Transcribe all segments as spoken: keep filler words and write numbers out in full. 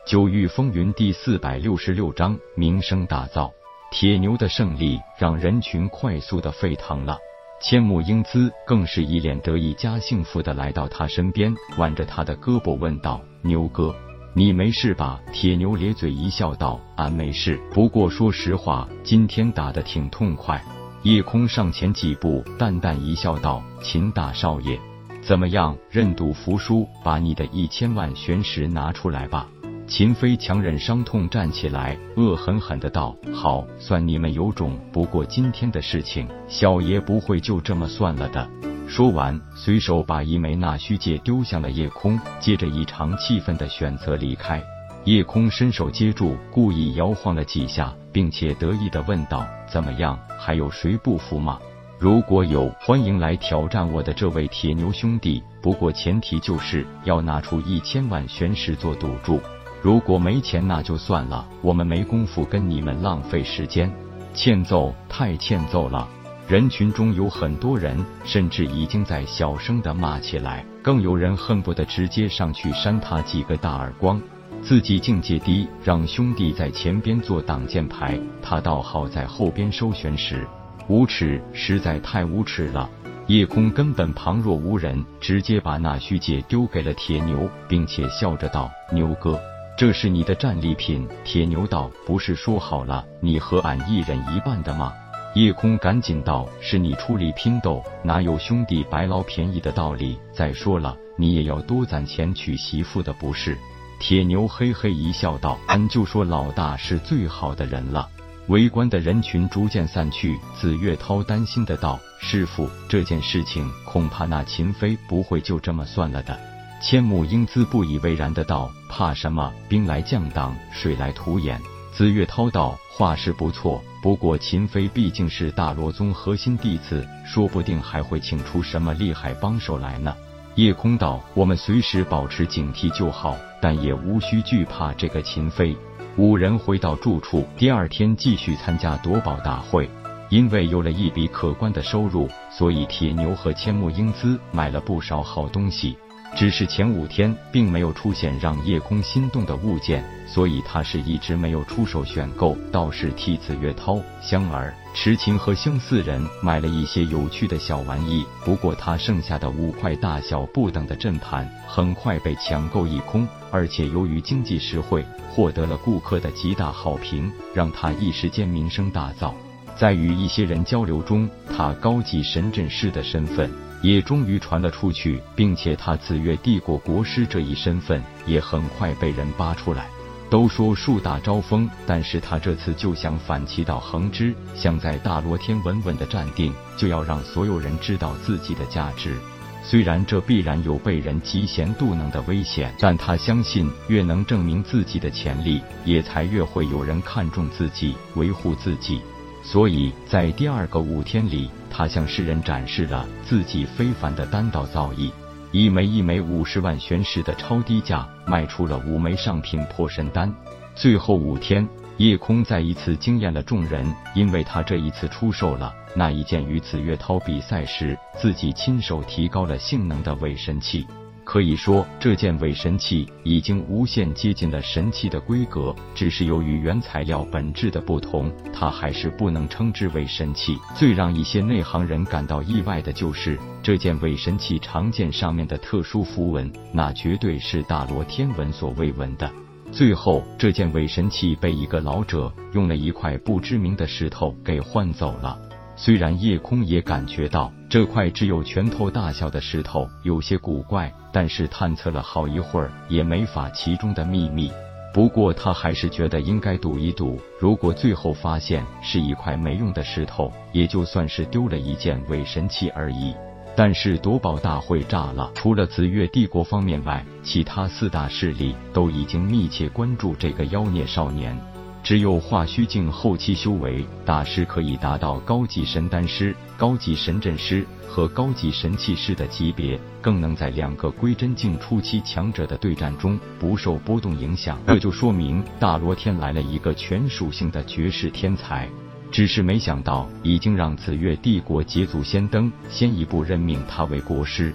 九域风云第四百六十六章名声大噪。铁牛的胜利让人群快速的沸腾了。千木英姿更是一脸得意加幸福的来到他身边，挽着他的胳膊问道：“牛哥，你没事吧？”铁牛咧嘴一笑道：“俺没事，不过说实话，今天打得挺痛快。”夜空上前几步，淡淡一笑道：“秦大少爷，怎么样？认赌服输，把你的一千万玄石拿出来吧。”秦飞强忍伤痛站起来，恶狠狠的道：“好，算你们有种，不过今天的事情，小爷不会就这么算了的。”说完，随手把一枚纳虚戒丢向了夜空，接着异常气愤的选择离开。夜空伸手接住，故意摇晃了几下，并且得意的问道：“怎么样？还有谁不服吗？如果有，欢迎来挑战我的这位铁牛兄弟，不过前提就是要拿出一千万玄石做赌注。如果没钱那就算了，我们没工夫跟你们浪费时间。”欠揍，太欠揍了！人群中有很多人甚至已经在小声的骂起来，更有人恨不得直接上去扇他几个大耳光。自己境界低，让兄弟在前边做挡箭牌，他倒好在后边收玄石，无耻，实在太无耻了。夜空根本旁若无人，直接把纳虚戒丢给了铁牛，并且笑着道：“牛哥，这是你的战利品。”铁牛道：“不是说好了你和俺一人一半的吗？”夜空赶紧道：“是你出力拼斗，哪有兄弟白捞便宜的道理？再说了，你也要多攒钱娶媳妇的不是？”铁牛嘿嘿一笑道：“俺就说老大是最好的人了。”围观的人群逐渐散去，紫月涛担心的道：“师傅，这件事情恐怕那秦飞不会就这么算了的。”千木英姿不以为然的道：“怕什么？兵来将挡，水来土掩。”紫月涛道：“话是不错，不过秦飞毕竟是大罗宗核心弟子，说不定还会请出什么厉害帮手来呢。”夜空道：“我们随时保持警惕就好，但也无需惧怕这个秦飞。”五人回到住处，第二天继续参加夺宝大会。因为有了一笔可观的收入，所以铁牛和千木英姿买了不少好东西。只是前五天并没有出现让夜空心动的物件，所以他是一直没有出手选购，倒是替紫月涛、香儿、池琴和香四人买了一些有趣的小玩意。不过他剩下的五块大小不等的阵盘很快被抢购一空，而且由于经济实惠，获得了顾客的极大好评，让他一时间名声大噪。在与一些人交流中，他高级神阵师的身份也终于传了出去，并且他紫月帝国国师这一身份也很快被人扒出来。都说树大招风，但是他这次就想反其道横之，想在大罗天稳稳的站定，就要让所有人知道自己的价值。虽然这必然有被人嫉贤妒能的危险，但他相信越能证明自己的潜力，也才越会有人看重自己，维护自己。所以在第二个五天里，他向世人展示了自己非凡的单道造诣。一枚一枚五十万玄石的超低价卖出了五枚上品破神丹。最后五天，夜空再一次惊艳了众人，因为他这一次出售了那一件与紫月涛比赛时自己亲手提高了性能的伪神器。可以说，这件伪神器已经无限接近了神器的规格，只是由于原材料本质的不同，它还是不能称之为神器。最让一些内行人感到意外的就是，这件伪神器长剑上面的特殊符文，那绝对是大罗天闻所未闻的。最后，这件伪神器被一个老者用了一块不知名的石头给换走了。虽然夜空也感觉到这块只有拳头大小的石头有些古怪，但是探测了好一会儿也没法其中的秘密。不过他还是觉得应该赌一赌，如果最后发现是一块没用的石头，也就算是丢了一件伪神器而已。但是夺宝大会炸了，除了紫月帝国方面外，其他四大势力都已经密切关注这个妖孽少年。只有化虚境后期修为大师可以达到高级神丹师、高级神阵师和高级神器师的级别，更能在两个归真境初期强者的对战中不受波动影响。这就说明大罗天来了一个全属性的绝世天才。只是没想到，已经让紫月帝国捷足先登，先一步任命他为国师。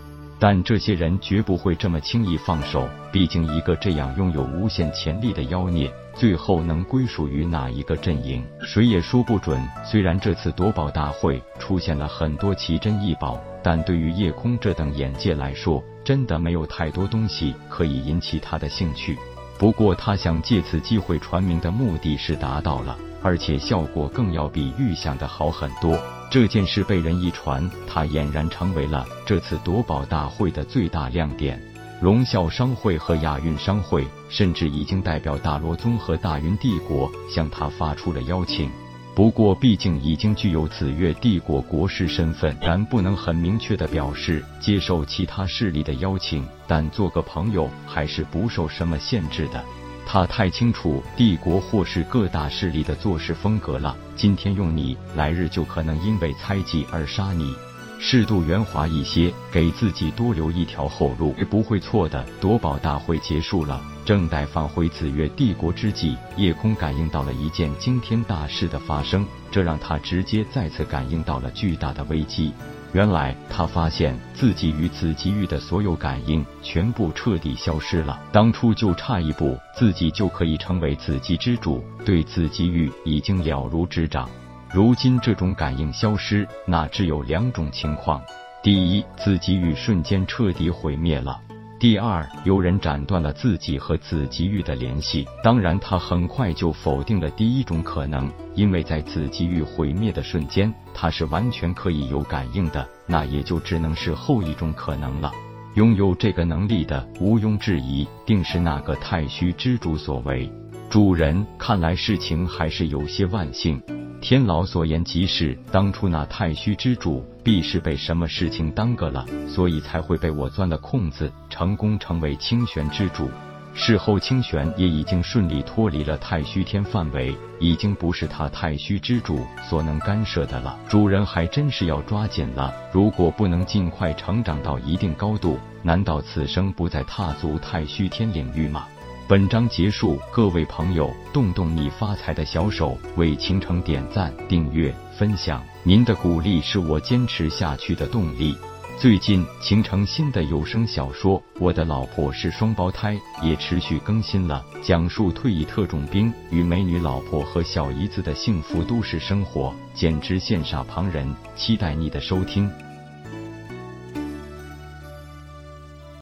但这些人绝不会这么轻易放手，毕竟一个这样拥有无限潜力的妖孽，最后能归属于哪一个阵营，谁也说不准。虽然这次夺宝大会出现了很多奇珍异宝，但对于叶空这等眼界来说，真的没有太多东西可以引起他的兴趣。不过他想借此机会传名的目的是达到了，而且效果更要比预想的好很多。这件事被人一传，他俨然成为了这次夺宝大会的最大亮点。龙啸商会和亚运商会甚至已经代表大罗宗和大云帝国向他发出了邀请。不过毕竟已经具有紫月帝国国师身份，然不能很明确地表示接受其他势力的邀请，但做个朋友还是不受什么限制的。他太清楚帝国或是各大势力的做事风格了，今天用你，来日就可能因为猜忌而杀你。适度圆滑一些，给自己多留一条后路，也不会错的。夺宝大会结束了，正待返回紫月帝国之际，夜空感应到了一件惊天大事的发生，这让他直接再次感应到了巨大的危机。原来他发现自己与紫极域的所有感应全部彻底消失了，当初就差一步，自己就可以成为紫极之主，对紫极域已经了如指掌。如今这种感应消失，那只有两种情况：第一，紫极域瞬间彻底毁灭了；第二，有人斩断了自己和紫极域的联系。当然他很快就否定了第一种可能，因为在紫极域毁灭的瞬间，他是完全可以有感应的，那也就只能是后一种可能了。拥有这个能力的，毋庸置疑，定是那个太虚之主所为。主人，看来事情还是有些万幸。天老所言极是，当初那太虚之主必是被什么事情耽搁了，所以才会被我钻了空子，成功成为清玄之主。事后清玄也已经顺利脱离了太虚天范围，已经不是他太虚之主所能干涉的了。主人还真是要抓紧了，如果不能尽快成长到一定高度，难道此生不再踏足太虚天领域吗？本章结束，各位朋友，动动你发财的小手，为倾城点赞、订阅、分享，您的鼓励是我坚持下去的动力。最近倾城新的有声小说《我的老婆是双胞胎》也持续更新了，讲述退役特种兵与美女老婆和小姨子的幸福都市生活，简直羡煞旁人，期待你的收听。